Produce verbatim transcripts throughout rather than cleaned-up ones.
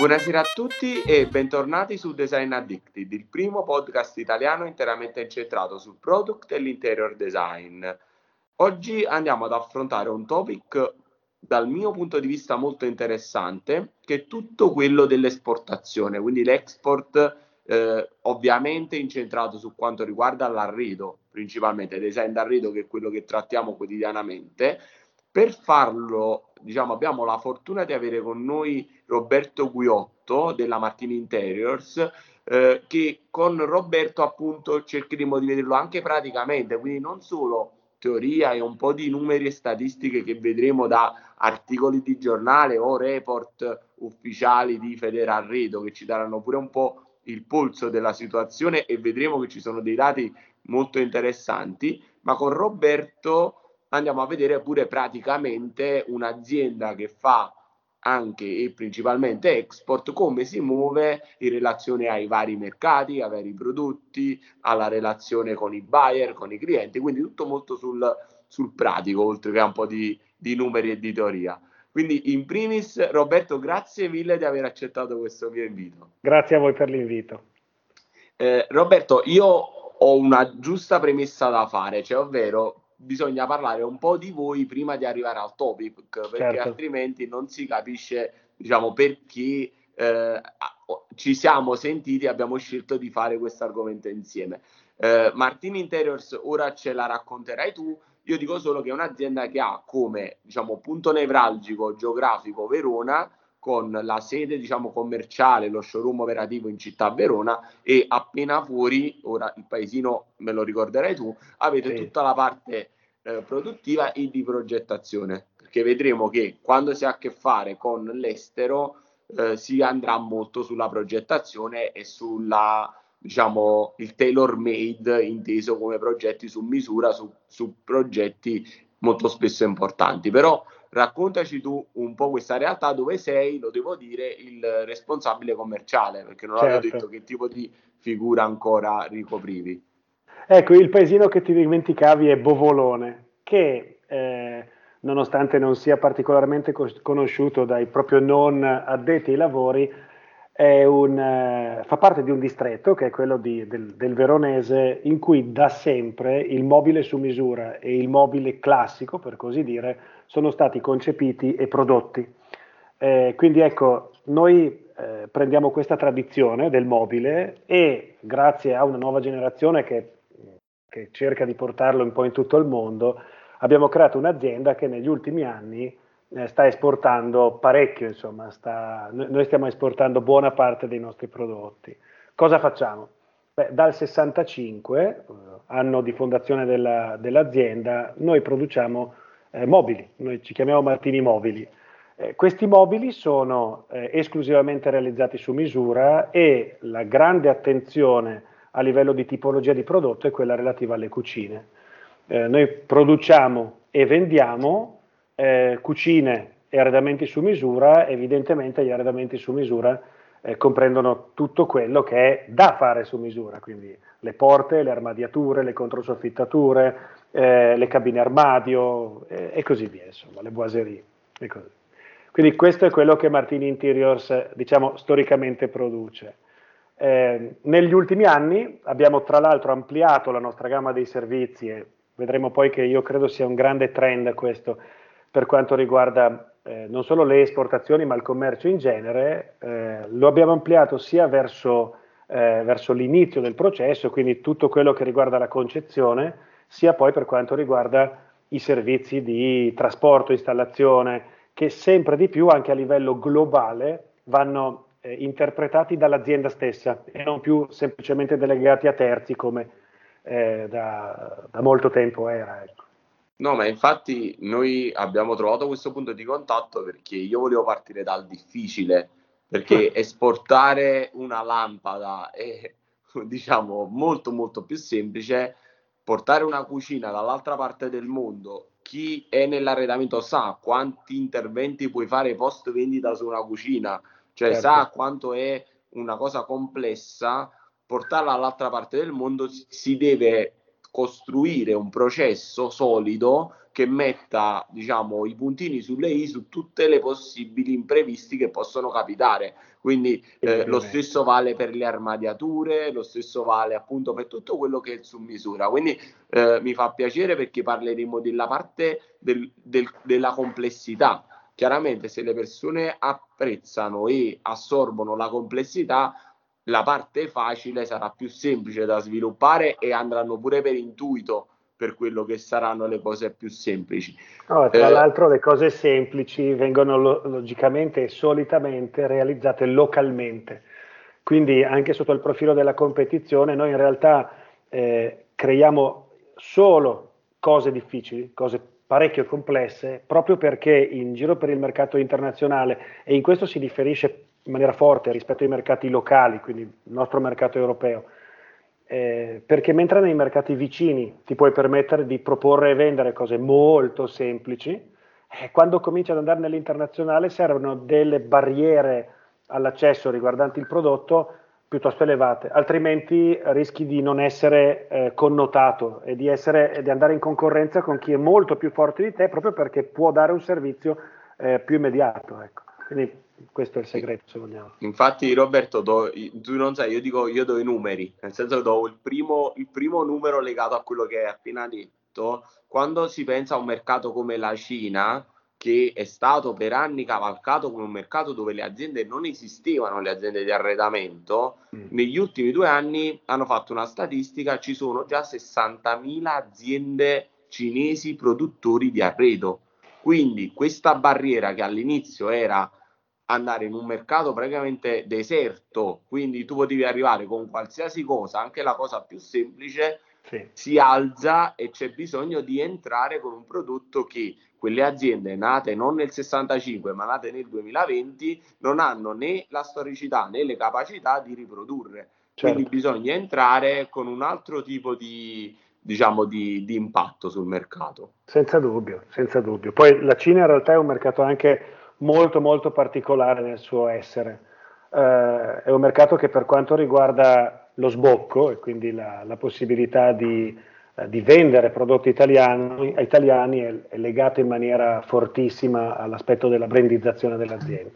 Buonasera a tutti e bentornati su Design Addicted, il primo podcast italiano interamente incentrato sul product e l'interior design. Oggi andiamo ad affrontare un topic dal mio punto di vista molto interessante, che è tutto quello dell'esportazione, quindi l'export eh, ovviamente incentrato su quanto riguarda l'arredo, principalmente design d'arredo, che è quello che trattiamo quotidianamente. Per farlo, diciamo, abbiamo la fortuna di avere con noi Roberto Guiotto della Martini Interiors, eh, che con Roberto appunto cercheremo di vederlo anche praticamente, quindi non solo teoria e un po' di numeri e statistiche che vedremo da articoli di giornale o report ufficiali di Federarredo, che ci daranno pure un po' il polso della situazione e vedremo che ci sono dei dati molto interessanti, ma con Roberto andiamo a vedere pure praticamente un'azienda che fa anche e principalmente export, come si muove in relazione ai vari mercati, ai vari prodotti, alla relazione con i buyer, con i clienti, quindi tutto molto sul, sul pratico, oltre che un po' di, di numeri e di teoria. Quindi in primis, Roberto, grazie mille di aver accettato questo mio invito. Grazie a voi per l'invito. Eh, Roberto, io ho una giusta premessa da fare, cioè ovvero bisogna parlare un po' di voi prima di arrivare al topic, perché Certo. altrimenti non si capisce, diciamo, perché eh, ci siamo sentiti e abbiamo scelto di fare questo argomento insieme. Eh, Martini Interiors ora ce la racconterai tu, io dico solo che è un'azienda che ha come, diciamo, punto nevralgico geografico Verona, con la sede, diciamo, commerciale, lo showroom operativo in città Verona, e appena fuori, ora il paesino me lo ricorderai tu, avete Sì. tutta la parte eh, produttiva e di progettazione, perché vedremo che quando si ha a che fare con l'estero eh, si andrà molto sulla progettazione e sulla, diciamo, il tailor made, inteso come progetti su misura, su, su progetti molto spesso importanti. Però raccontaci tu un po' questa realtà, dove sei, lo devo dire, il responsabile commerciale, perché non avevo Certo. detto che tipo di figura ancora ricoprivi. Ecco, il paesino che ti dimenticavi è Bovolone, che eh, nonostante non sia particolarmente cos- conosciuto dai proprio non addetti ai lavori, è un, eh, fa parte di un distretto che è quello di- del, del Veronese, in cui da sempre il mobile su misura e il mobile classico, per così dire, sono stati concepiti e prodotti. Eh, quindi ecco, noi eh, prendiamo questa tradizione del mobile e grazie a una nuova generazione che, che cerca di portarlo un po' in tutto il mondo, abbiamo creato un'azienda che negli ultimi anni eh, sta esportando parecchio, insomma, sta, noi stiamo esportando buona parte dei nostri prodotti. Cosa facciamo? Beh, dal sessantacinque, eh, anno di fondazione della, dell'azienda, noi produciamo eh, mobili, noi ci chiamiamo Martini Mobili. Eh, questi mobili sono eh, esclusivamente realizzati su misura e la grande attenzione a livello di tipologia di prodotto è quella relativa alle cucine. Eh, noi produciamo e vendiamo eh, cucine e arredamenti su misura, evidentemente gli arredamenti su misura eh, comprendono tutto quello che è da fare su misura, quindi le porte, le armadiature, le controsoffittature, eh, le cabine armadio eh, e così via, insomma, le boiserie. E così. Quindi questo è quello che Martini Interiors, diciamo, storicamente produce. Eh, negli ultimi anni abbiamo tra l'altro ampliato la nostra gamma dei servizi e vedremo poi che io credo sia un grande trend questo per quanto riguarda eh, non solo le esportazioni ma il commercio in genere. Eh, lo abbiamo ampliato sia verso, eh, verso l'inizio del processo, quindi tutto quello che riguarda la concezione, sia poi per quanto riguarda i servizi di trasporto, installazione, che sempre di più anche a livello globale vanno eh, interpretati dall'azienda stessa e non più semplicemente delegati a terzi come eh, da, da molto tempo era. Ecco. No, ma infatti noi abbiamo trovato questo punto di contatto perché io volevo partire dal difficile, perché esportare una lampada è, diciamo, molto molto più semplice. Portare una cucina dall'altra parte del mondo, chi è nell'arredamento sa quanti interventi puoi fare post vendita su una cucina, cioè Certo. sa quanto è una cosa complessa. Portarla dall'altra parte del mondo si deve costruire un processo solido che metta, diciamo, i puntini sulle i su tutte le possibili imprevisti che possono capitare. Quindi eh, lo stesso vale per le armadiature, lo stesso vale appunto per tutto quello che è su misura. Quindi eh, mi fa piacere perché parleremo della parte del, del, della complessità. Chiaramente se le persone apprezzano e assorbono la complessità, la parte facile sarà più semplice da sviluppare e andranno pure per intuito per quello che saranno le cose più semplici. Oh, tra eh, l'altro le cose semplici vengono lo- logicamente e solitamente realizzate localmente, quindi anche sotto il profilo della competizione noi in realtà eh, creiamo solo cose difficili, cose parecchio complesse, proprio perché in giro per il mercato internazionale, e in questo si differisce in maniera forte rispetto ai mercati locali, quindi il nostro mercato europeo, eh, perché mentre nei mercati vicini ti puoi permettere di proporre e vendere cose molto semplici, eh, quando cominci ad andare nell'internazionale servono delle barriere all'accesso riguardanti il prodotto piuttosto elevate, altrimenti rischi di non essere eh, connotato e di, essere, e di andare in concorrenza con chi è molto più forte di te proprio perché può dare un servizio eh, più immediato. Ecco. Quindi questo è il segreto, se vogliamo. Infatti, Roberto, do, tu non sai, io dico, io do i numeri, nel senso che do il primo, il primo numero legato a quello che hai appena detto. Quando si pensa a un mercato come la Cina, che è stato per anni cavalcato come un mercato dove le aziende non esistevano, le aziende di arredamento, mm. negli ultimi due anni hanno fatto una statistica, ci sono già sessantamila aziende cinesi produttori di arredo. Quindi questa barriera che all'inizio era andare in un mercato praticamente deserto, quindi tu potevi arrivare con qualsiasi cosa, anche la cosa più semplice, sì. si alza e c'è bisogno di entrare con un prodotto che quelle aziende nate non nel sessantacinque ma nate nel duemilaventi non hanno né la storicità né le capacità di riprodurre. Certo. Quindi bisogna entrare con un altro tipo di, diciamo, di, di impatto sul mercato. Senza dubbio, senza dubbio. Poi la Cina in realtà è un mercato anche molto molto particolare nel suo essere. Eh, è un mercato che per quanto riguarda lo sbocco e quindi la, la possibilità di, eh, di vendere prodotti italiani, italiani è, è legato in maniera fortissima all'aspetto della brandizzazione dell'azienda.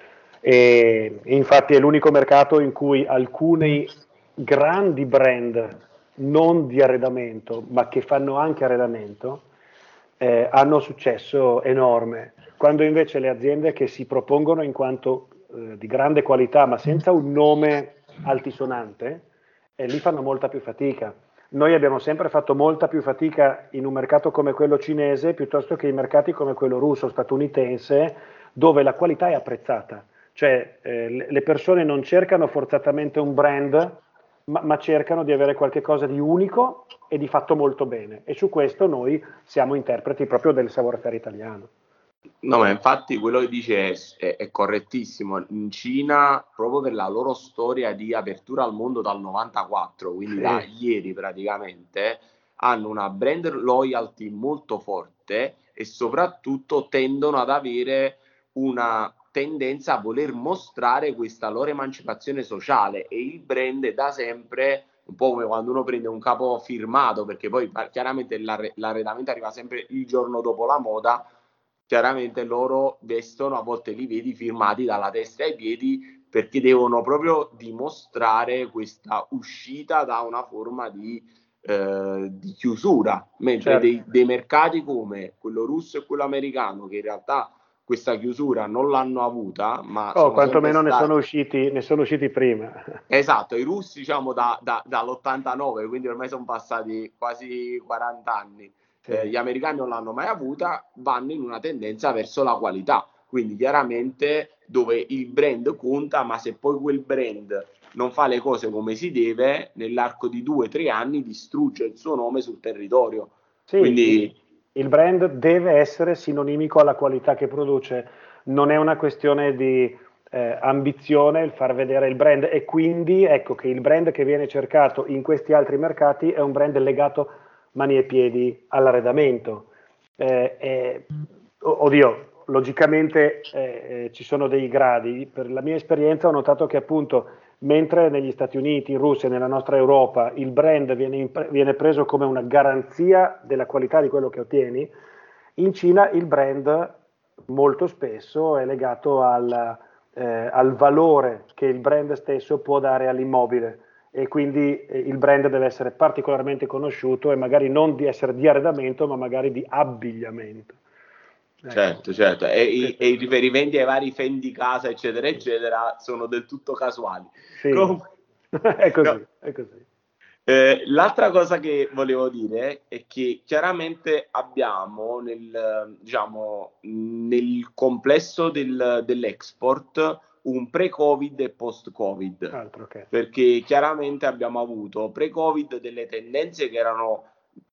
E, e infatti è l'unico mercato in cui alcuni grandi brand non di arredamento, ma che fanno anche arredamento, eh, hanno successo enorme, quando invece le aziende che si propongono in quanto eh, di grande qualità, ma senza un nome altisonante, eh, lì fanno molta più fatica. Noi abbiamo sempre fatto molta più fatica in un mercato come quello cinese piuttosto che in mercati come quello russo, statunitense, dove la qualità è apprezzata. Cioè eh, le persone non cercano forzatamente un brand, ma, ma cercano di avere qualche cosa di unico e di fatto molto bene. E su questo noi siamo interpreti proprio del savoir-faire italiano. No, ma infatti quello che dice è, è, è correttissimo. In Cina, proprio per la loro storia di apertura al mondo dal novantaquattro, quindi sì. da ieri praticamente, hanno una brand loyalty molto forte e soprattutto tendono ad avere una tendenza a voler mostrare questa loro emancipazione sociale, e il brand è da sempre un po' come quando uno prende un capo firmato, perché poi chiaramente l'arre- l'arredamento arriva sempre il giorno dopo la moda. Chiaramente loro vestono, a volte li vedi firmati dalla testa ai piedi, perché devono proprio dimostrare questa uscita da una forma di, eh, di chiusura, mentre certo. dei, dei mercati come quello russo e quello americano, che in realtà questa chiusura non l'hanno avuta, ma oh, quantomeno stati... ne sono usciti ne sono usciti prima. Esatto, i russi diciamo da, da, dall'ottantanove, quindi ormai sono passati quasi quaranta anni. Sì. Eh, gli americani non l'hanno mai avuta, vanno in una tendenza verso la qualità, quindi chiaramente dove il brand conta, ma se poi quel brand non fa le cose come si deve, nell'arco di due o tre anni distrugge il suo nome sul territorio. Sì, quindi il brand deve essere sinonimico alla qualità che produce, non è una questione di eh, ambizione il far vedere il brand, e quindi ecco che il brand che viene cercato in questi altri mercati è un brand legato mani e piedi all'arredamento. Eh, eh, oddio, logicamente eh, ci sono dei gradi. Per la mia esperienza ho notato che appunto mentre negli Stati Uniti, in Russia e nella nostra Europa il brand viene, impre- viene preso come una garanzia della qualità di quello che ottieni, in Cina il brand molto spesso è legato al, eh, al valore che il brand stesso può dare all'immobile e quindi eh, il brand deve essere particolarmente conosciuto e magari non di essere di arredamento, ma magari di abbigliamento. Ecco. Certo, certo, e, i- e i riferimenti ai vari fendi casa, eccetera, eccetera, sono del tutto casuali. Sì, Comunque, è così, no, è così. eh, l'altra cosa che volevo dire è che chiaramente abbiamo nel, diciamo, nel complesso del- dell'export un pre-Covid e post-Covid, Altro che. perché chiaramente abbiamo avuto pre-Covid delle tendenze che erano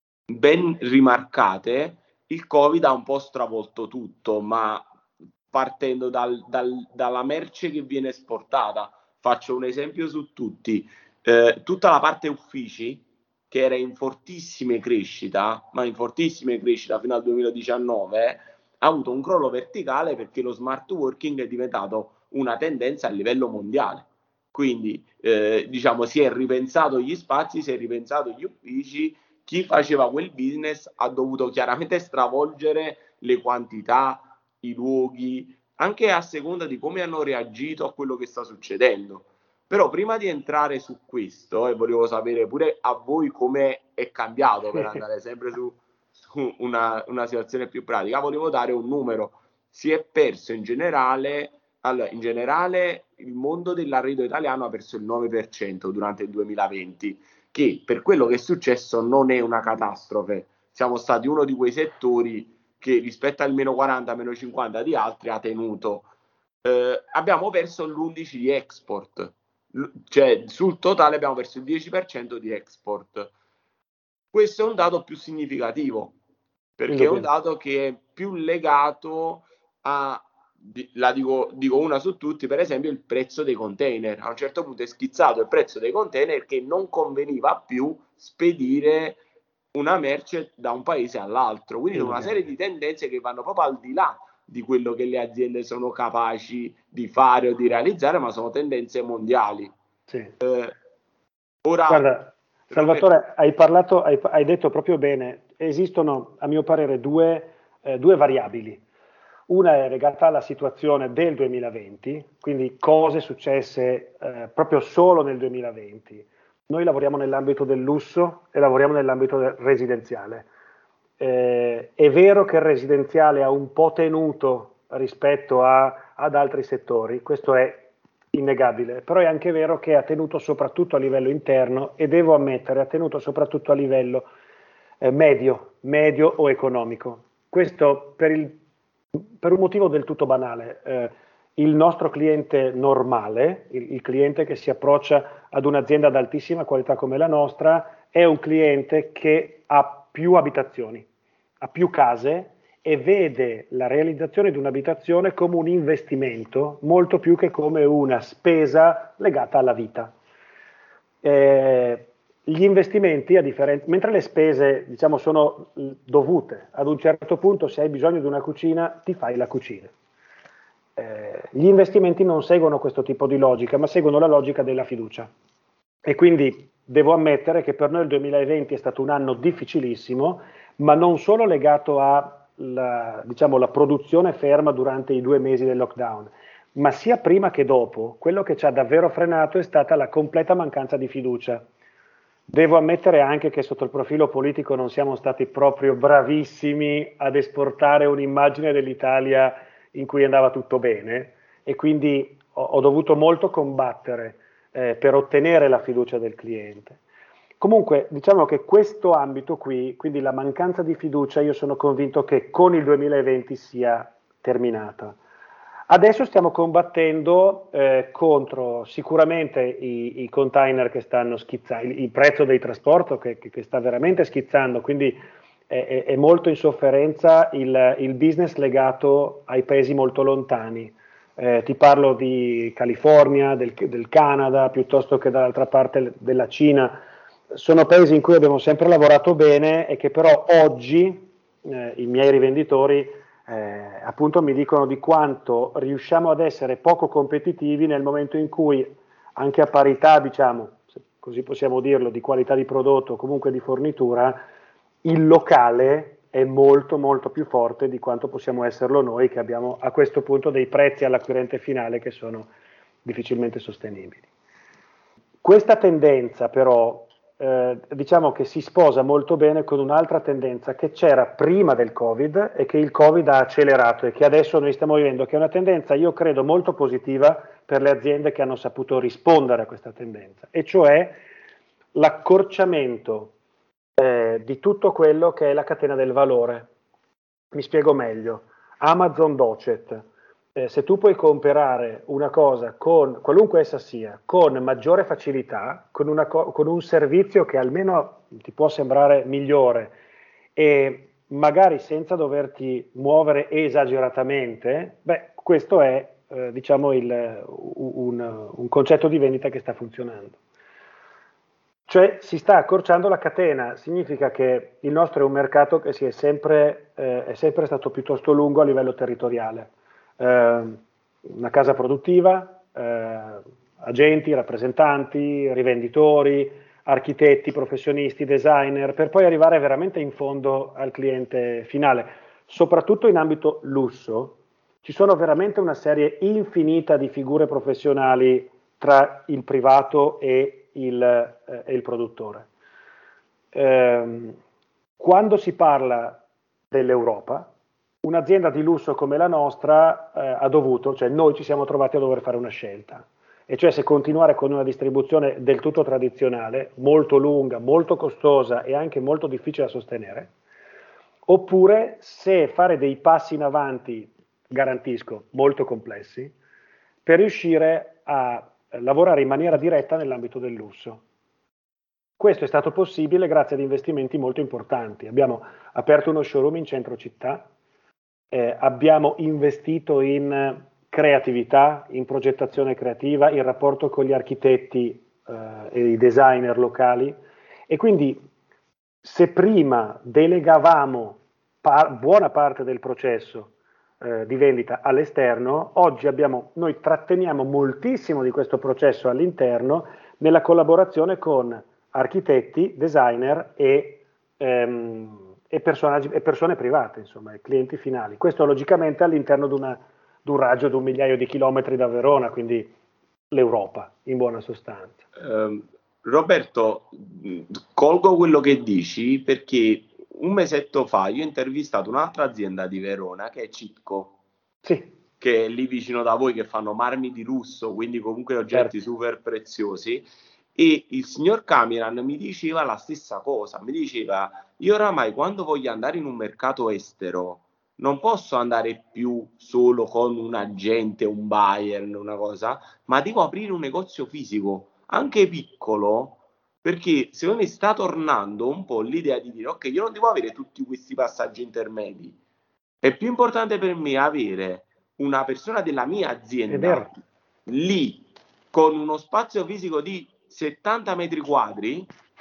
ben rimarcate. Il Covid ha un po' stravolto tutto, ma partendo dal- dal- dalla merce che viene esportata, faccio un esempio su tutti. Eh, tutta la parte uffici, che era in fortissima crescita, ma in fortissima crescita fino al duemiladiciannove, ha avuto un crollo verticale perché lo smart working è diventato una tendenza a livello mondiale. Quindi, eh, diciamo, si è ripensato gli spazi, si è ripensato gli uffici. Chi faceva quel business ha dovuto chiaramente stravolgere le quantità, i luoghi, anche a seconda di come hanno reagito a quello che sta succedendo. Però prima di entrare su questo, e volevo sapere pure a voi come è cambiato per andare sempre su, su una, una situazione più pratica, volevo dare un numero. Si è perso in generale, allora, in generale il mondo dell'arredo italiano ha perso il nove per cento durante il duemilaventi, che per quello che è successo non è una catastrofe. Siamo stati uno di quei settori che rispetto al meno quaranta, meno cinquanta di altri ha tenuto. Eh, abbiamo perso l'undici di export, cioè sul totale abbiamo perso il dieci per cento di export. Questo è un dato più significativo, perché è un dato che è più legato a, la dico, dico una su tutti, per esempio il prezzo dei container. A un certo punto è schizzato il prezzo dei container che non conveniva più spedire una merce da un paese all'altro. Quindi sono una serie di tendenze che vanno proprio al di là di quello che le aziende sono capaci di fare o di realizzare, ma sono tendenze mondiali. Sì. Eh, ora, Guarda, Salvatore, hai parlato, hai, hai detto proprio bene, esistono a mio parere due, eh, due variabili. Una è legata alla situazione del duemilaventi, quindi cose successe eh, proprio solo nel duemilaventi. Noi lavoriamo nell'ambito del lusso e lavoriamo nell'ambito del residenziale. Eh, è vero che il residenziale ha un po' tenuto rispetto a, ad altri settori, questo è innegabile, però è anche vero che ha tenuto soprattutto a livello interno e devo ammettere ha tenuto soprattutto a livello eh, medio, medio o economico. Questo per, il, per un motivo del tutto banale. Eh, il nostro cliente normale, il, il cliente che si approccia ad un'azienda ad altissima qualità come la nostra, è un cliente che ha più abitazioni, ha più case e vede la realizzazione di un'abitazione come un investimento molto più che come una spesa legata alla vita. Eh, gli investimenti, a differenza, mentre le spese diciamo, sono dovute, ad un certo punto se hai bisogno di una cucina ti fai la cucina. Eh, gli investimenti non seguono questo tipo di logica, ma seguono la logica della fiducia. E quindi devo ammettere che per noi il duemilaventi è stato un anno difficilissimo, ma non solo legato alla diciamo, la produzione ferma durante i due mesi del lockdown, ma sia prima che dopo, quello che ci ha davvero frenato è stata la completa mancanza di fiducia. Devo ammettere anche che sotto il profilo politico non siamo stati proprio bravissimi ad esportare un'immagine dell'Italia in cui andava tutto bene e quindi ho, ho dovuto molto combattere eh, per ottenere la fiducia del cliente. Comunque diciamo che questo ambito qui, quindi la mancanza di fiducia, io sono convinto che con il duemilaventi sia terminata. Adesso stiamo combattendo eh, contro sicuramente i, i container che stanno schizzando, il, il prezzo dei trasporti che, che, che sta veramente schizzando, quindi è, è molto in sofferenza il, il business legato ai paesi molto lontani. Eh, ti parlo di California, del, del Canada, piuttosto che dall'altra parte della Cina. Sono paesi in cui abbiamo sempre lavorato bene e che però oggi eh, i miei rivenditori eh, appunto mi dicono di quanto riusciamo ad essere poco competitivi nel momento in cui anche a parità, diciamo, se così possiamo dirlo, di qualità di prodotto o comunque di fornitura, il locale è molto molto più forte di quanto possiamo esserlo noi, che abbiamo a questo punto dei prezzi all'acquirente finale che sono difficilmente sostenibili. Questa tendenza però eh, diciamo che si sposa molto bene con un'altra tendenza che c'era prima del Covid e che il Covid ha accelerato e che adesso noi stiamo vivendo, che è una tendenza, io credo, molto positiva per le aziende che hanno saputo rispondere a questa tendenza, e cioè l'accorciamento eh, di tutto quello che è la catena del valore. Mi spiego meglio. Amazon Docet. Eh, se tu puoi comprare una cosa, con qualunque essa sia, con maggiore facilità, con, una co- con un servizio che almeno ti può sembrare migliore e magari senza doverti muovere esageratamente, beh, questo è eh, diciamo il, un, un concetto di vendita che sta funzionando. Cioè si sta accorciando la catena, significa che il nostro è un mercato che si è sempre, eh, è sempre stato piuttosto lungo a livello territoriale. Eh, una casa produttiva, eh, agenti, rappresentanti, rivenditori, architetti, professionisti, designer, per poi arrivare veramente in fondo al cliente finale. Soprattutto in ambito lusso, ci sono veramente una serie infinita di figure professionali tra il privato e il, eh, e il produttore. Eh, quando si parla dell'Europa, un'azienda di lusso come la nostra eh, ha dovuto, cioè noi ci siamo trovati a dover fare una scelta, e cioè se continuare con una distribuzione del tutto tradizionale, molto lunga, molto costosa e anche molto difficile da sostenere, oppure se fare dei passi in avanti, garantisco, molto complessi, per riuscire a lavorare in maniera diretta nell'ambito del lusso. Questo è stato possibile grazie ad investimenti molto importanti. Abbiamo aperto uno showroom in centro città, eh, abbiamo investito in creatività, in progettazione creativa, in rapporto con gli architetti eh, e i designer locali, e quindi se prima delegavamo par- buona parte del processo eh, di vendita all'esterno, oggi abbiamo, noi tratteniamo moltissimo di questo processo all'interno nella collaborazione con architetti, designer e, ehm, e, personaggi, e persone private, insomma, e clienti finali. Questo logicamente all'interno di, una, di un raggio di un migliaio di chilometri da Verona, quindi l'Europa in buona sostanza. Um, Roberto, colgo quello che dici perché un mesetto fa io ho intervistato un'altra azienda di Verona che è Citco, sì, che è lì vicino da voi, che fanno marmi di lusso, quindi comunque oggetti certo. super preziosi, e il signor Cameron mi diceva la stessa cosa, mi diceva io oramai quando voglio andare in un mercato estero non posso andare più solo con un agente, un buyer, una cosa, ma devo aprire un negozio fisico, anche piccolo, perché secondo me sta tornando un po' l'idea di dire ok, io non devo avere tutti questi passaggi intermedi, è più importante per me avere una persona della mia È azienda vero. lì con uno spazio fisico di settanta metri quadri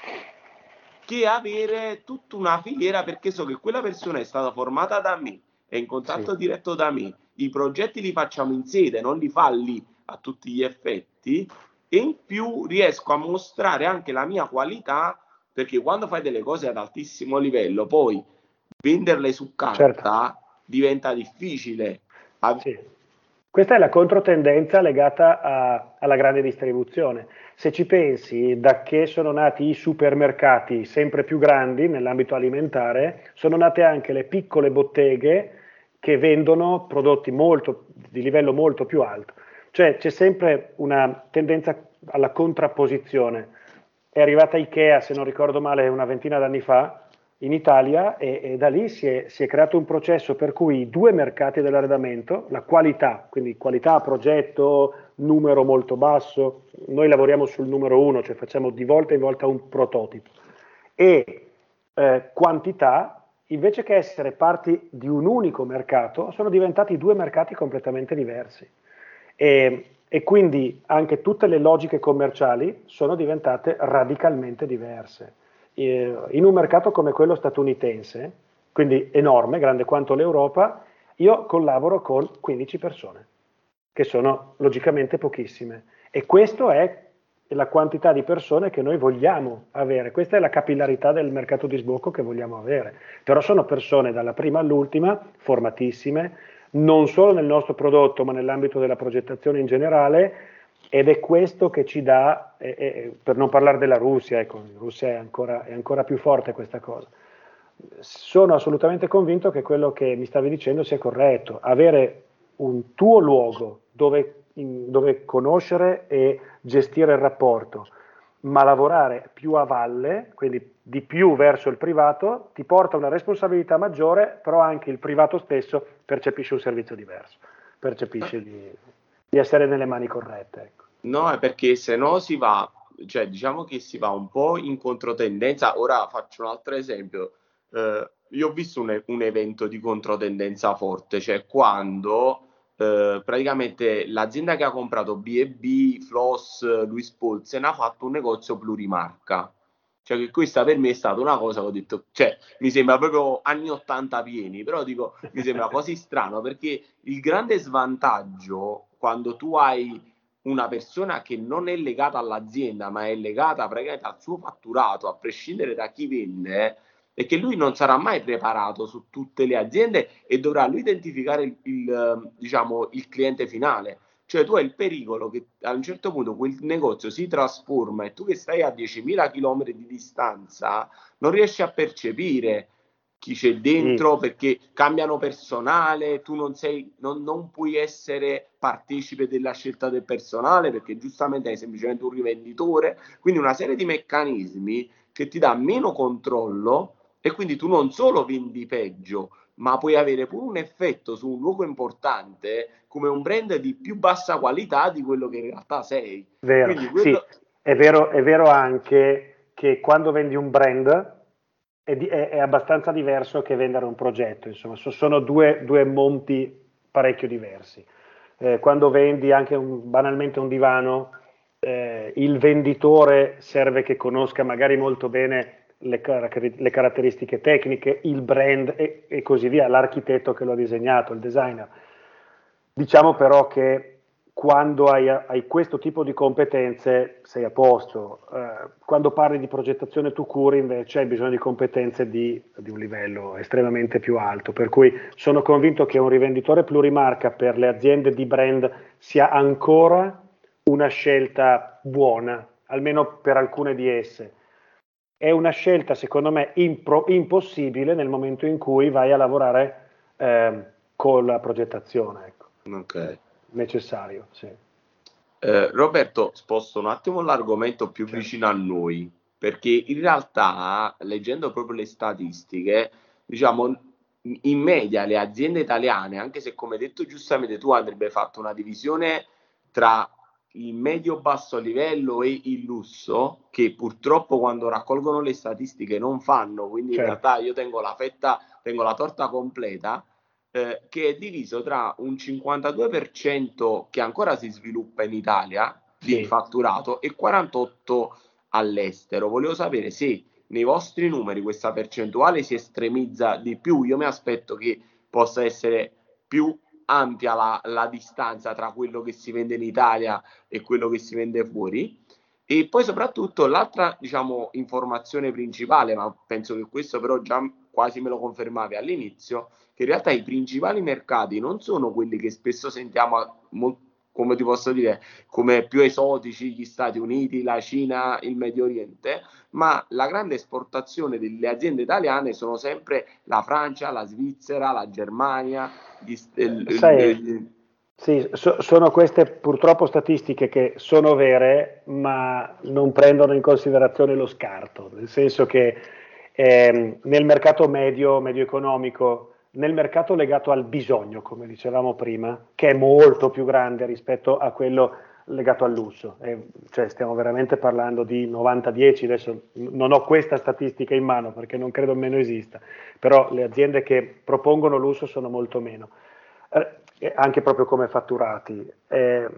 che avere tutta una filiera, perché so che quella persona è stata formata da me, è in contatto Sì. diretto da me, i progetti li facciamo in sede, non li fa lì a tutti gli effetti, e in più riesco a mostrare anche la mia qualità, perché quando fai delle cose ad altissimo livello poi venderle su Certo. carta diventa difficile. Sì. Questa è la controtendenza legata a, alla grande distribuzione. Se ci pensi, da che sono nati i supermercati sempre più grandi nell'ambito alimentare, sono nate anche le piccole botteghe che vendono prodotti molto, di livello molto più alto. Cioè c'è sempre una tendenza alla contrapposizione. È arrivata Ikea, se non ricordo male, una ventina d'anni fa, in Italia, e, e da lì si è, si è creato un processo per cui i due mercati dell'arredamento, la qualità, quindi qualità, progetto, numero molto basso, noi lavoriamo sul numero uno, cioè facciamo di volta in volta un prototipo, e eh, quantità, invece che essere parti di un unico mercato, sono diventati due mercati completamente diversi. E, e quindi anche tutte le logiche commerciali sono diventate radicalmente diverse. In un mercato come quello statunitense, quindi enorme, grande quanto l'Europa, io collaboro con quindici persone, che sono logicamente pochissime. E questo è e la quantità di persone che noi vogliamo avere. Questa è la capillarità del mercato di sbocco che vogliamo avere. Però sono persone dalla prima all'ultima, formatissime, non solo nel nostro prodotto, ma nell'ambito della progettazione in generale, ed è questo che ci dà, eh, eh, per non parlare della Russia, ecco, in Russia è ancora, è ancora più forte questa cosa. Sono assolutamente convinto che quello che mi stavi dicendo sia corretto, avere un tuo luogo dove, in, dove conoscere e gestire il rapporto, ma lavorare più a valle, quindi di più verso il privato, ti porta una responsabilità maggiore, però anche il privato stesso percepisce un servizio diverso, percepisce di, di essere nelle mani corrette. Ecco. No, è perché se no si va, cioè diciamo che si va un po' in controtendenza. Ora faccio un altro esempio. Eh, io ho visto un, un evento di controtendenza forte, cioè quando eh, praticamente l'azienda che ha comprato B e B, Floss, Louis Paulsen ha fatto un negozio plurimarca. Cioè che questa per me è stata una cosa che ho detto, cioè mi sembra proprio anni ottanta pieni, però dico, mi sembra così strano perché il grande svantaggio quando tu hai una persona che non è legata all'azienda, ma è legata praticamente al suo fatturato, a prescindere da chi vende, è che lui non sarà mai preparato su tutte le aziende e dovrà lui identificare il, il, diciamo, il cliente finale. Cioè tu hai il pericolo che a un certo punto quel negozio si trasforma e tu che stai a diecimila chilometri di distanza non riesci a percepire chi c'è dentro Sì. perché cambiano personale, tu non sei, non, non puoi essere partecipe della scelta del personale perché giustamente hai semplicemente un rivenditore, quindi una serie di meccanismi che ti dà meno controllo e quindi tu non solo vendi peggio, ma puoi avere pure un effetto su un luogo importante come un brand di più bassa qualità di quello che in realtà sei. Vero, Quindi sì, quello... è vero, è vero anche che quando vendi un brand è, di- è- è abbastanza diverso che vendere un progetto, insomma, so- sono due, due monti parecchio diversi. Eh, quando vendi anche un- banalmente un divano, eh, il venditore serve che conosca magari molto bene le, car- le caratteristiche tecniche, il brand e, e così via, l'architetto che lo ha disegnato, il designer. Diciamo però che quando hai, hai questo tipo di competenze sei a posto. Eh, quando parli di progettazione to cure invece hai bisogno di competenze di, di un livello estremamente più alto, per cui sono convinto che un rivenditore plurimarca per le aziende di brand sia ancora una scelta buona, almeno per alcune di esse. È una scelta secondo me impro- impossibile nel momento in cui vai a lavorare eh, con la progettazione. Ecco. Ok. Necessario, sì. Eh, Roberto, sposto un attimo l'argomento più Certo. vicino a noi, perché in realtà, leggendo proprio le statistiche, diciamo, in media le aziende italiane, anche se come detto giustamente tu andrebbe fatto una divisione tra il medio-basso livello e il lusso, che purtroppo quando raccolgono le statistiche non fanno, quindi in Certo. realtà io tengo la fetta, tengo la torta completa eh, che è diviso tra un cinquantadue per cento che ancora si sviluppa in Italia di Sì. fatturato e quarantotto per cento all'estero. Volevo sapere se nei vostri numeri questa percentuale si estremizza di più. Io mi aspetto che possa essere più ampia la, la distanza tra quello che si vende in Italia e quello che si vende fuori. E poi soprattutto l'altra, diciamo, informazione principale, ma penso che questo però già quasi me lo confermavi all'inizio, che in realtà i principali mercati non sono quelli che spesso sentiamo, come ti posso dire, come più esotici, gli Stati Uniti, la Cina, il Medio Oriente, ma la grande esportazione delle aziende italiane sono sempre la Francia, la Svizzera, la Germania, gli, il, il, Sai, il, sì, so- sono queste purtroppo statistiche che sono vere, ma non prendono in considerazione lo scarto, nel senso che ehm, nel mercato medio, medio economico, nel mercato legato al bisogno, come dicevamo prima, che è molto più grande rispetto a quello legato al lusso, eh, cioè stiamo veramente parlando di novanta dieci, adesso non ho questa statistica in mano perché non credo nemmeno esista, però le aziende che propongono lusso sono molto meno. Eh, anche proprio come fatturati. Eh,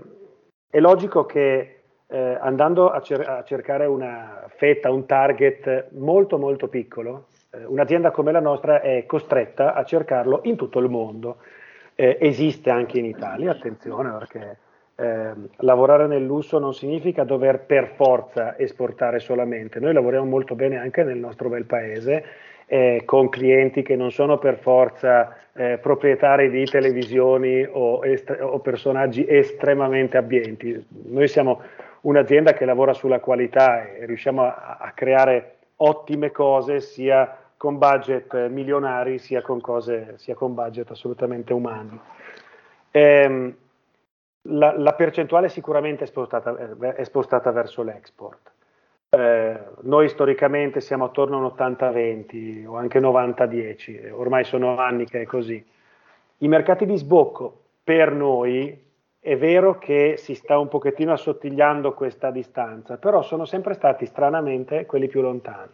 è logico che eh, andando a, cer- a cercare una fetta, un target molto molto piccolo, eh, un'azienda come la nostra è costretta a cercarlo in tutto il mondo. Eh, esiste anche in Italia, attenzione, perché eh, lavorare nel lusso non significa dover per forza esportare solamente. Noi lavoriamo molto bene anche nel nostro bel paese, eh, con clienti che non sono per forza eh, proprietari di televisioni o, est- o personaggi estremamente abbienti. Noi siamo un'azienda che lavora sulla qualità e riusciamo a, a creare ottime cose sia con budget milionari sia con cose, sia con budget assolutamente umani. Ehm, la, la percentuale sicuramente è spostata, è spostata verso l'export. Eh, noi storicamente siamo attorno a un ottanta venti o anche novanta dieci, ormai sono anni che è così. I mercati di sbocco per noi è vero che si sta un pochettino assottigliando questa distanza, però sono sempre stati stranamente quelli più lontani.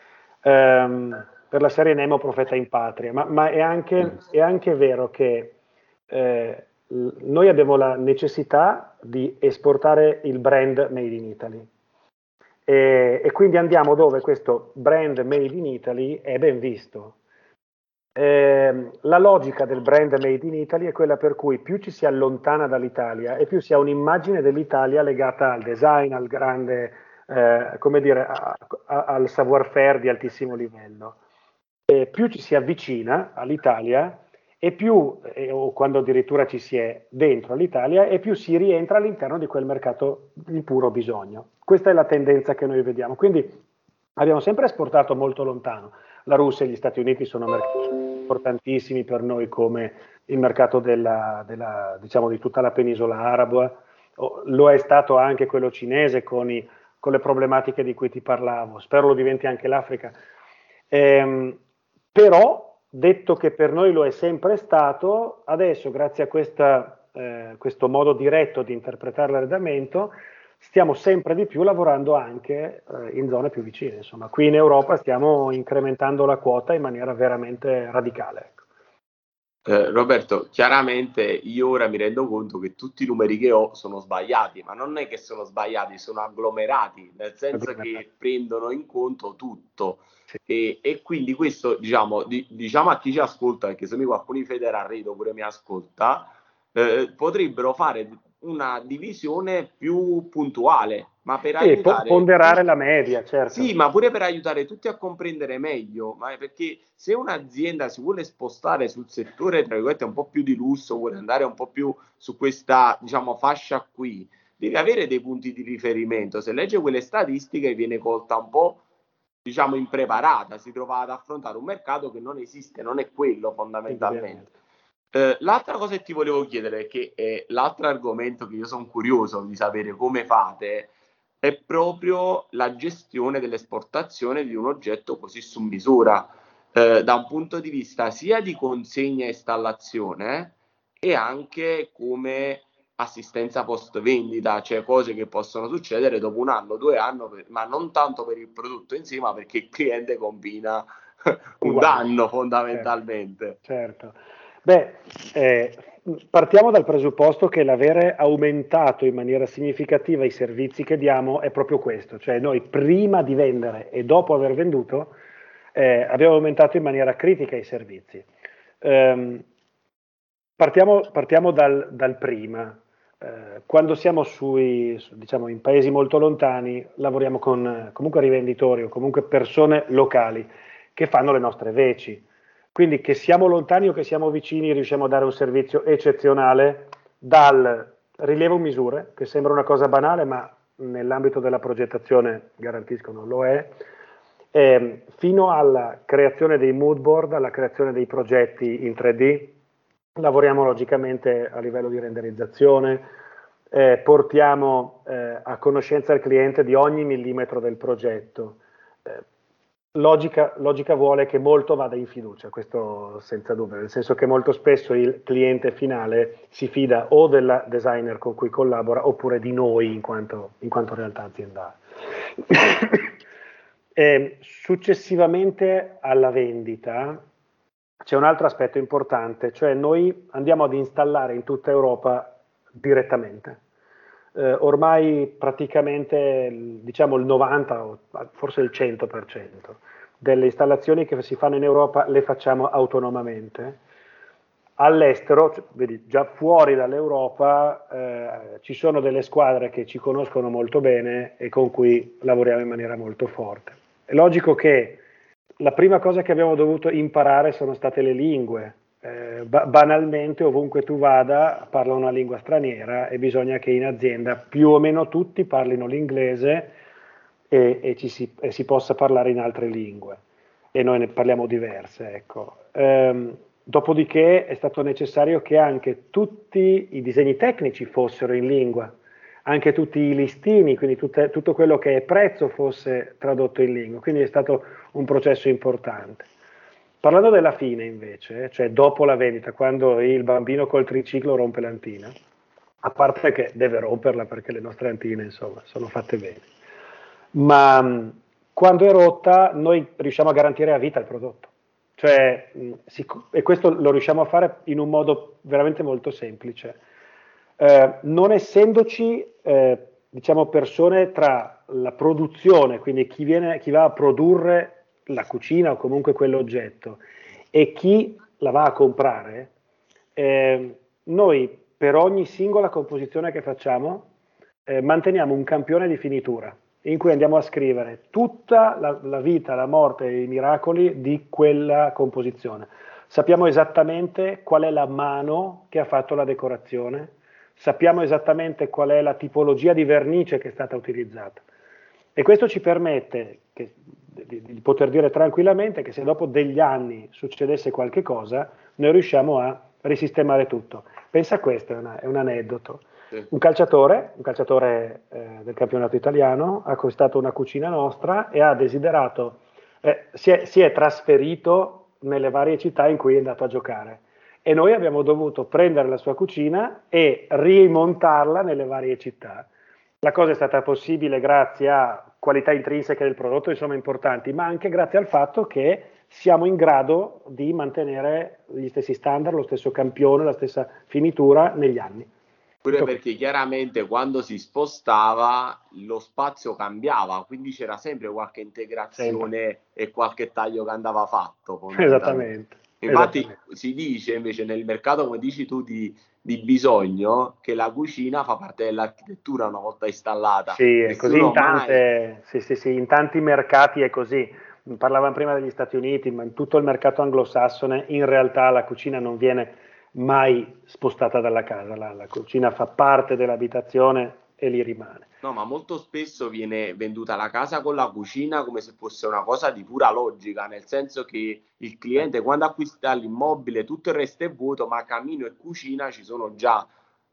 Um, per la serie Nemo Profeta in Patria, ma, ma è, anche, è anche vero che eh, noi abbiamo la necessità di esportare il brand Made in Italy e, e quindi andiamo dove questo brand Made in Italy è ben visto. Eh, la logica del brand Made in Italy è quella per cui più ci si allontana dall'Italia e più si ha un'immagine dell'Italia legata al design, al grande, eh, come dire, a, a, al savoir-faire di altissimo livello. E più ci si avvicina all'Italia e più, eh, o quando addirittura ci si è dentro all'Italia, e più si rientra all'interno di quel mercato di puro bisogno. Questa è la tendenza che noi vediamo. Quindi abbiamo sempre esportato molto lontano. La Russia e gli Stati Uniti sono mercati importantissimi per noi come il mercato della, della, diciamo, di tutta la penisola araba, lo è stato anche quello cinese con, i, con le problematiche di cui ti parlavo, spero lo diventi anche l'Africa. Ehm, però, detto che per noi lo è sempre stato, adesso grazie a questa, eh, questo modo diretto di interpretare l'arredamento, stiamo sempre di più lavorando anche eh, in zone più vicine. Insomma, qui in Europa stiamo incrementando la quota in maniera veramente radicale. Ecco. Eh, Roberto, chiaramente io ora mi rendo conto che tutti i numeri che ho sono sbagliati, ma non è che sono sbagliati, sono agglomerati, nel senso che prendono in conto tutto. Sì. E, e quindi questo, diciamo, di, diciamo a chi ci ascolta, perché se mi qualcuno di Federarredo pure mi ascolta, eh, potrebbero fare una divisione più puntuale, ma per sì, aiutare ponderare la media, certo. Sì, ma pure per aiutare tutti a comprendere meglio, ma perché se un'azienda si vuole spostare sul settore, tra virgolette, un po' più di lusso, vuole andare un po' più su questa, diciamo, fascia qui, deve avere dei punti di riferimento. Se legge quelle statistiche viene colta un po', diciamo, impreparata, si trova ad affrontare un mercato che non esiste, non è quello fondamentalmente. Eh, l'altra cosa che ti volevo chiedere, che è l'altro argomento che io sono curioso di sapere come fate, è proprio la gestione dell'esportazione di un oggetto così su misura, eh, da un punto di vista sia di consegna e installazione e anche come assistenza post vendita, cioè cose che possono succedere dopo un anno, due anni, per, ma non tanto per il prodotto in sé, ma perché il cliente combina un Uguale. danno fondamentalmente. Certo. certo. Beh, eh, partiamo dal presupposto che l'avere aumentato in maniera significativa i servizi che diamo è proprio questo, cioè noi prima di vendere e dopo aver venduto eh, abbiamo aumentato in maniera critica i servizi. Um, partiamo, partiamo dal, dal prima. Eh, quando siamo sui, diciamo, in paesi molto lontani, lavoriamo con comunque rivenditori o comunque persone locali che fanno le nostre veci. Quindi che siamo lontani o che siamo vicini riusciamo a dare un servizio eccezionale dal rilievo misure, che sembra una cosa banale ma nell'ambito della progettazione garantisco non lo è, eh, fino alla creazione dei mood board, alla creazione dei progetti in tre D. Lavoriamo logicamente a livello di renderizzazione, eh, portiamo eh, a conoscenza il cliente di ogni millimetro del progetto. Eh, Logica, logica vuole che molto vada in fiducia, questo senza dubbio, nel senso che molto spesso il cliente finale si fida o del designer con cui collabora oppure di noi in quanto, in quanto realtà aziendale. E successivamente alla vendita c'è un altro aspetto importante, cioè noi andiamo ad installare in tutta Europa direttamente. Eh, ormai praticamente diciamo il novanta o forse il cento per cento delle installazioni che si fanno in Europa le facciamo autonomamente. all'estero, cioè, vedi, già fuori dall'Europa, eh, ci sono delle squadre che ci conoscono molto bene e con cui lavoriamo in maniera molto forte. È logico che la prima cosa che abbiamo dovuto imparare sono state le lingue. Eh, ba- banalmente, ovunque tu vada, parla una lingua straniera e bisogna che in azienda più o meno tutti parlino l'inglese e, e ci si, e si possa parlare in altre lingue. E noi ne parliamo diverse, ecco. Ehm, dopodiché è stato necessario che anche tutti i disegni tecnici fossero in lingua, anche tutti i listini, quindi tutte- tutto quello che è prezzo fosse tradotto in lingua, quindi è stato un processo importante. Parlando della fine invece, cioè dopo la vendita, quando il bambino col triciclo rompe l'antina, a parte che deve romperla perché le nostre antine insomma sono fatte bene, ma mh, quando è rotta noi riusciamo a garantire a vita il prodotto. Cioè, mh, si- e questo lo riusciamo a fare in un modo veramente molto semplice. Eh, non essendoci, eh, diciamo, persone tra la produzione, quindi chi viene, chi va a produrre la cucina o comunque quell'oggetto, e chi la va a comprare, eh, noi per ogni singola composizione che facciamo eh, manteniamo un campione di finitura in cui andiamo a scrivere tutta la, la vita, la morte e i miracoli di quella composizione. Sappiamo esattamente qual è la mano che ha fatto la decorazione, sappiamo esattamente qual è la tipologia di vernice che è stata utilizzata. E questo ci permette che, di, di poter dire tranquillamente che se dopo degli anni succedesse qualche cosa, noi riusciamo a risistemare tutto. Pensa a questo, è, una, è un aneddoto. Sì. Un calciatore, un calciatore eh, del campionato italiano, ha acquistato una cucina nostra e ha desiderato, eh, si, è, si è trasferito nelle varie città in cui è andato a giocare. E noi abbiamo dovuto prendere la sua cucina e rimontarla nelle varie città. La cosa è stata possibile grazie a qualità intrinseche del prodotto, insomma, importanti, ma anche grazie al fatto che siamo in grado di mantenere gli stessi standard, lo stesso campione, la stessa finitura negli anni. Pure Tutto perché chiaramente quando si spostava lo spazio cambiava, quindi c'era sempre qualche sempre. integrazione e qualche taglio che andava fatto fondamentalmente. Esattamente, Infatti esattamente. si dice invece nel mercato, come dici tu, di, di bisogno, che la cucina fa parte dell'architettura una volta installata. Sì, è così in Nessuno mai... tante, sì, sì, sì, in tanti mercati è così. Parlavamo prima degli Stati Uniti, ma in tutto il mercato anglosassone in realtà la cucina non viene mai spostata dalla casa, la, la cucina fa parte dell'abitazione e lì rimane. No, ma molto spesso viene venduta la casa con la cucina come se fosse una cosa di pura logica, nel senso che il Eh. cliente quando acquista l'immobile tutto il resto è vuoto, ma camino e cucina ci sono già.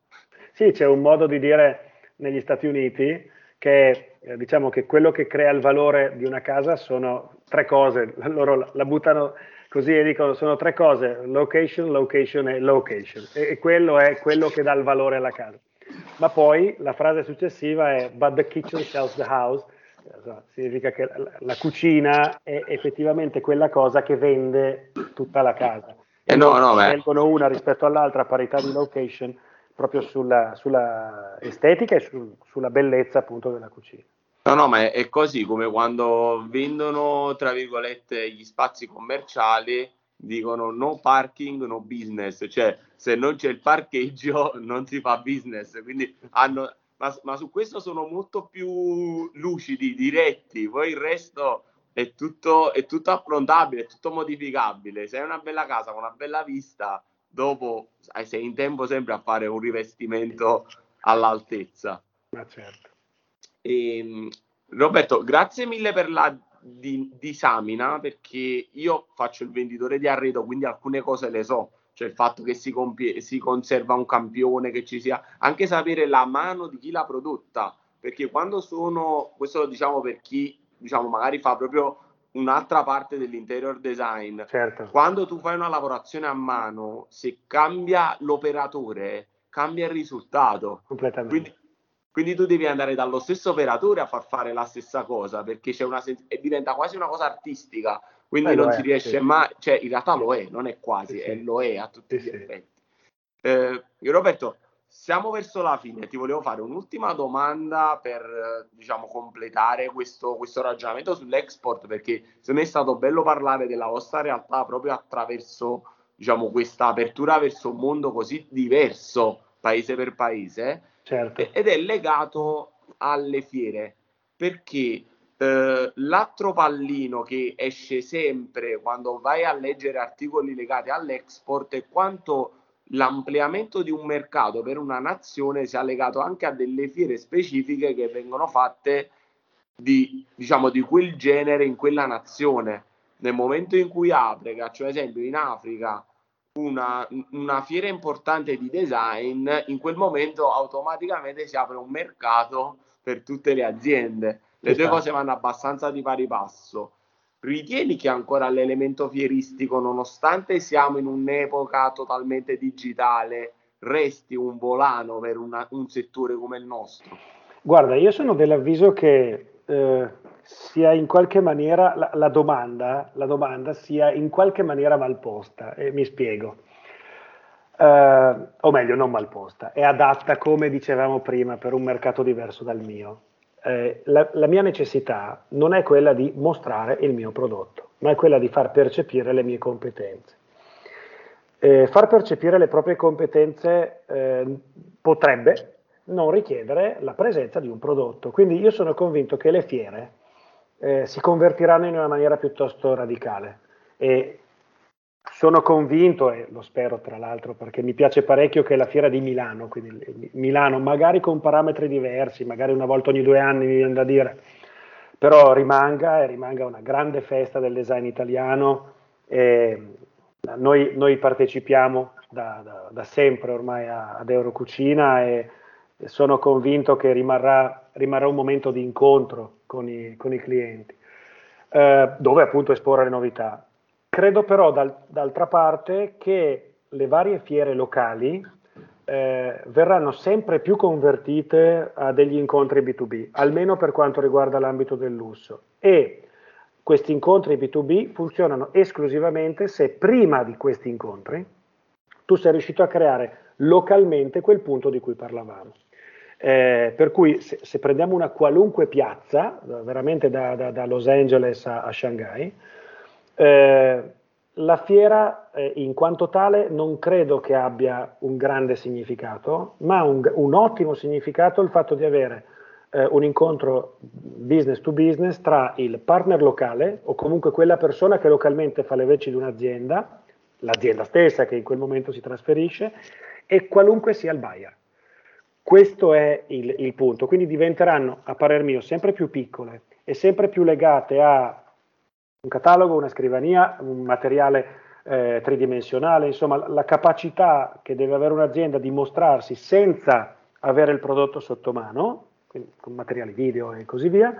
Sì, c'è un modo di dire negli Stati Uniti che eh, diciamo che quello che crea il valore di una casa sono tre cose, loro la, la buttano così e dicono sono tre cose, location, location e location, e, e quello è quello che dà il valore alla casa. Ma poi la frase successiva è but the kitchen sells the house, insomma, significa che la, la cucina è effettivamente quella cosa che vende tutta la casa e Eh no, loro no, beh. scelgono una rispetto all'altra a parità di location proprio sulla, sulla estetica e sul, sulla bellezza appunto della cucina. No, no, ma è, è così come quando vendono, tra virgolette, gli spazi commerciali, dicono no parking, no business, cioè se non c'è il parcheggio non si fa business, quindi hanno, ma, ma su questo sono molto più lucidi, diretti, poi il resto è tutto, è tutto affrontabile, è tutto modificabile, se hai una bella casa con una bella vista, dopo sei in tempo sempre a fare un rivestimento all'altezza. Ma certo. E, Roberto, grazie mille per la di, disamina, perché io faccio il venditore di arredo, quindi alcune cose le so, cioè il fatto che si, compie, si conserva un campione, che ci sia, anche sapere la mano di chi l'ha prodotta, perché quando sono, questo lo diciamo per chi diciamo magari fa proprio un'altra parte dell'interior design, Certo, quando tu fai una lavorazione a mano, se cambia l'operatore, cambia il risultato. Quindi, completamente. quindi tu devi andare dallo stesso operatore a far fare la stessa cosa, perché c'è una sens- e diventa quasi una cosa artistica, Eh, quindi lo non si è, sì. riesce mai, cioè in realtà lo è, non è Sì, quasi, è, sì, lo è a tutti sì, gli sì. effetti. Eh, Roberto, siamo verso la fine, ti volevo fare un'ultima domanda per, eh, diciamo, completare questo, questo ragionamento sull'export, perché secondo me è stato bello parlare della vostra realtà proprio attraverso diciamo, questa apertura verso un mondo così diverso, paese per paese, certo. ed è legato alle fiere, perché eh, l'altro pallino che esce sempre quando vai a leggere articoli legati all'export è quanto l'ampliamento di un mercato per una nazione sia legato anche a delle fiere specifiche che vengono fatte di, diciamo, di quel genere in quella nazione. Nel momento in cui apre, faccio un esempio, in Africa una, una fiera importante di design, in quel momento automaticamente si apre un mercato per tutte le aziende. Le due cose vanno abbastanza di pari passo. Ritieni che ancora l'elemento fieristico, nonostante siamo in un'epoca totalmente digitale, resti un volano per una, un settore come il nostro? Guarda, io sono dell'avviso che eh, sia in qualche maniera la, la domanda, la domanda sia in qualche maniera malposta, e mi spiego. Eh, o meglio, non malposta, è adatta, come dicevamo prima, per un mercato diverso dal mio. Eh, la, la mia necessità non è quella di mostrare il mio prodotto, ma è quella di far percepire le mie competenze. Eh, far percepire le proprie competenze eh, potrebbe non richiedere la presenza di un prodotto. Quindi io sono convinto che le fiere eh, si convertiranno in una maniera piuttosto radicale e sono convinto, e lo spero tra l'altro perché mi piace parecchio, che la fiera di Milano, quindi Milano magari con parametri diversi, magari una volta ogni due anni mi viene da dire, però rimanga e rimanga una grande festa del design italiano. E noi, noi partecipiamo da, da, da sempre ormai a, ad Eurocucina e, e sono convinto che rimarrà, rimarrà un momento di incontro con i, con i clienti, eh, dove appunto esporre le novità. Credo però dal, d'altra parte che le varie fiere locali eh, verranno sempre più convertite a degli incontri B due B, almeno per quanto riguarda l'ambito del lusso. E questi incontri B due B funzionano esclusivamente se prima di questi incontri tu sei riuscito a creare localmente quel punto di cui parlavamo. Eh, per cui se, se prendiamo una qualunque piazza, veramente da, da, da Los Angeles a, a Shanghai, eh, la fiera eh, in quanto tale non credo che abbia un grande significato, ma un, un ottimo significato il fatto di avere eh, un incontro business to business tra il partner locale o comunque quella persona che localmente fa le veci di un'azienda, l'azienda stessa che in quel momento si trasferisce, e qualunque sia il buyer. Questo è il, il punto, quindi diventeranno, a parer mio, sempre più piccole e sempre più legate a un catalogo, una scrivania, un materiale eh, tridimensionale, insomma la capacità che deve avere un'azienda di mostrarsi senza avere il prodotto sotto mano, quindi con materiali video e così via,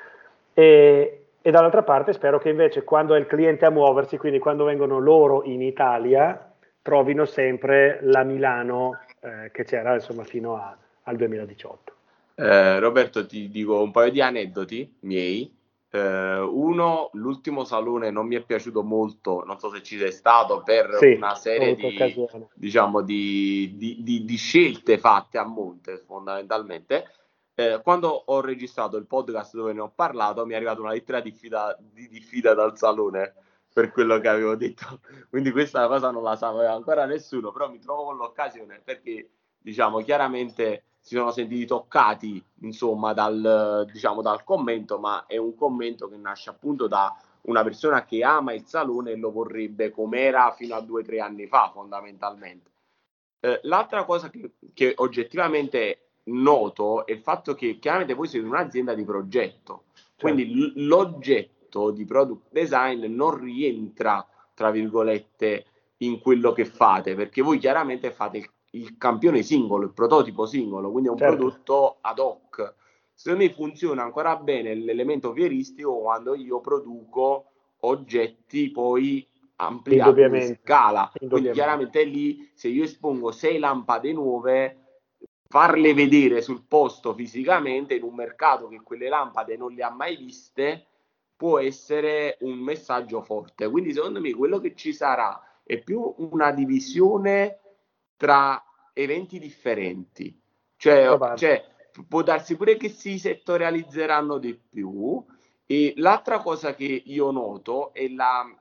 e, e dall'altra parte spero che invece quando è il cliente a muoversi, quindi quando vengono loro in Italia, trovino sempre la Milano eh, che c'era insomma fino a, al duemiladiciotto. Eh, Roberto, ti dico un paio di aneddoti miei. Eh, uno, l'ultimo salone non mi è piaciuto molto, non so se ci sei stato, per Sì, una ho serie avuto di, occasione. diciamo, di, di, di, di scelte fatte a monte, fondamentalmente. Eh, quando ho registrato il podcast dove ne ho parlato, mi è arrivata una lettera di diffida, di diffida dal salone per quello che avevo detto. Quindi questa cosa non la sapeva ancora nessuno, però mi trovo con l'occasione perché, diciamo, chiaramente si sono sentiti toccati, insomma, dal, diciamo, dal commento, ma è un commento che nasce appunto da una persona che ama il salone e lo vorrebbe come era fino a due o tre anni fa, fondamentalmente. Eh, l'altra cosa che, che oggettivamente noto è il fatto che chiaramente voi siete un'azienda di progetto, quindi Certo. l- l'oggetto di product design non rientra, tra virgolette, in quello che fate, perché voi chiaramente fate il, il campione singolo, il prototipo singolo, quindi è un Certo. prodotto ad hoc. Secondo me funziona ancora bene l'elemento fieristico quando io produco oggetti poi ampliati in Indubbiamente, scala, quindi indubbiamente. chiaramente lì se io espongo sei lampade nuove, farle vedere sul posto fisicamente in un mercato che quelle lampade non le ha mai viste può essere un messaggio forte. Quindi secondo me quello che ci sarà è più una divisione tra eventi differenti, cioè, Probabile. cioè può darsi pure che si settorializzeranno di più. E l'altra cosa che io noto è la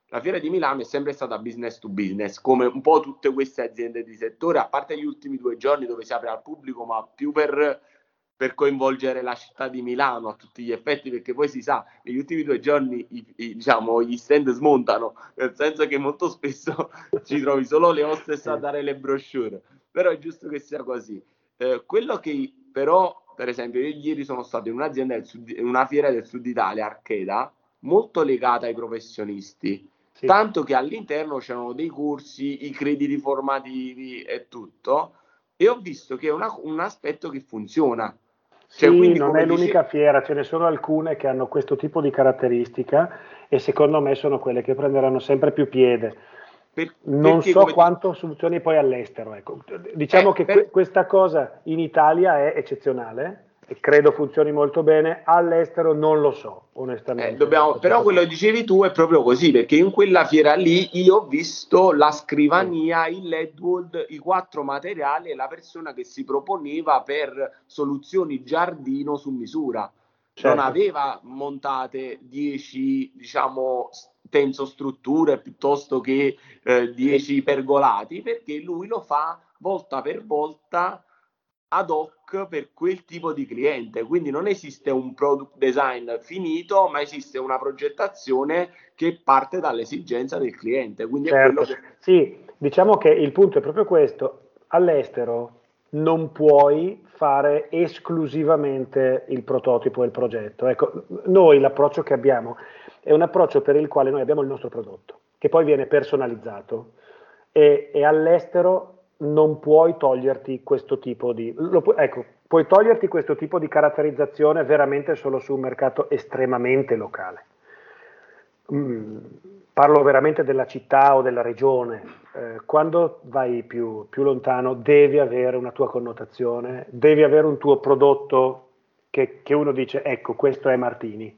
la Fiera di Milano è sempre stata business to business, come un po' tutte queste aziende di settore, a parte gli ultimi due giorni dove si apre al pubblico, ma più per, per coinvolgere la città di Milano a tutti gli effetti, perché poi si sa, negli ultimi due giorni i, i, diciamo, gli stand smontano, nel senso che molto spesso ci trovi solo le hostess a dare le brochure, però è giusto che sia così. Eh, quello che però, per esempio, io ieri sono stato in un'azienda del sud, in una fiera del sud Italia, Archeda, molto legata ai professionisti. Sì. Tanto che all'interno c'erano dei corsi, i crediti formativi e tutto, e ho visto che è una, un aspetto che funziona. Cioè, sì, quindi, non è l'unica dice... fiera, ce ne sono alcune che hanno questo tipo di caratteristica e secondo me sono quelle che prenderanno sempre più piede. Per, non so quanto ti... funzioni poi all'estero. Ecco. Diciamo eh, che per... questa cosa in Italia è eccezionale e credo funzioni molto bene, all'estero non lo so, onestamente. Eh, dobbiamo, però quello che dicevi tu è proprio così, perché in quella fiera lì io ho visto la scrivania, il L E D World, i quattro materiali e la persona che si proponeva per soluzioni giardino su misura. Certo. Non aveva montate dieci, diciamo, tensostrutture piuttosto che eh, dieci pergolati, perché lui lo fa volta per volta ad hoc per quel tipo di cliente, quindi non esiste un product design finito, ma esiste una progettazione che parte dall'esigenza del cliente. Quindi certo. È quello che... Sì, diciamo che il punto è proprio questo: all'estero non puoi fare esclusivamente il prototipo e il progetto. Ecco, noi l'approccio che abbiamo è un approccio per il quale noi abbiamo il nostro prodotto, che poi viene personalizzato, e, e all'estero non puoi toglierti questo tipo di... Lo pu- ecco, puoi toglierti questo tipo di caratterizzazione veramente solo su un mercato estremamente locale. Mm, parlo veramente della città o della regione. Eh, quando vai più, più lontano devi avere una tua connotazione, devi avere un tuo prodotto che, che uno dice, ecco, questo è Martini.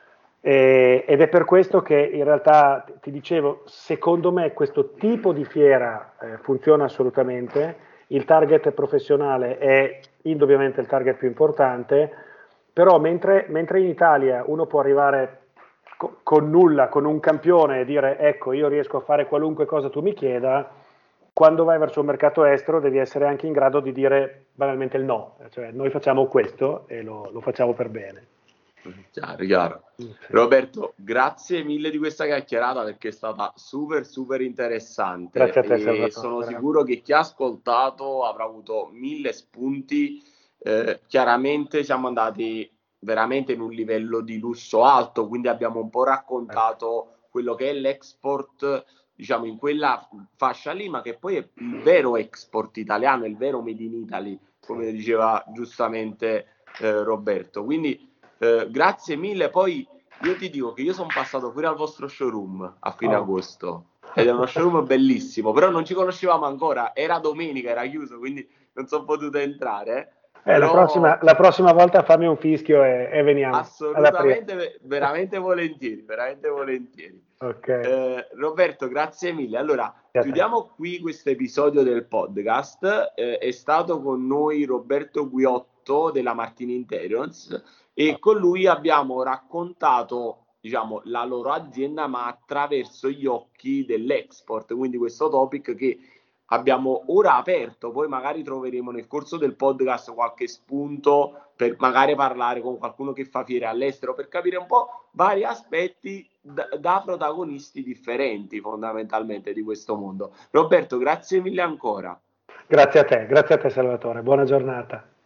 Eh, ed è per questo che in realtà ti dicevo, secondo me questo tipo di fiera eh, funziona assolutamente, il target professionale è indubbiamente il target più importante, però mentre, mentre in Italia uno può arrivare co- con nulla, con un campione e dire ecco io riesco a fare qualunque cosa tu mi chieda, quando vai verso un mercato estero devi essere anche in grado di dire banalmente il no, cioè noi facciamo questo e lo, lo facciamo per bene. Chiaro, chiaro. Sì. Roberto, grazie mille di questa chiacchierata perché è stata super super interessante. Grazie a te, e Salvatore. Sono veramente sicuro che chi ha ascoltato avrà avuto mille spunti. Eh, chiaramente siamo andati veramente in un livello di lusso alto, quindi abbiamo un po' raccontato quello che è l'export, diciamo, in quella fascia lì, ma che poi è il vero export italiano, il vero made in Italy, come diceva giustamente eh, Roberto. Quindi Eh, grazie mille. Poi io ti dico che io sono passato pure al vostro showroom a fine oh. agosto ed è uno showroom bellissimo, però non ci conoscevamo ancora, era domenica, era chiuso, quindi non sono potuto entrare. Eh, però... la, prossima, la prossima volta fammi un fischio e, e veniamo. Assolutamente, veramente volentieri, veramente volentieri. Okay. Eh, Roberto, grazie mille. Allora, chiudiamo qui questo episodio del podcast. Eh, è stato con noi Roberto Guiotto della Martini Interiors e con lui abbiamo raccontato, diciamo, la loro azienda, ma attraverso gli occhi dell'export, quindi questo topic che abbiamo ora aperto. Poi magari troveremo nel corso del podcast qualche spunto per magari parlare con qualcuno che fa fiere all'estero, per capire un po' vari aspetti da, da protagonisti differenti fondamentalmente di questo mondo. Roberto, grazie mille ancora. Grazie a te, grazie a te Salvatore, buona giornata.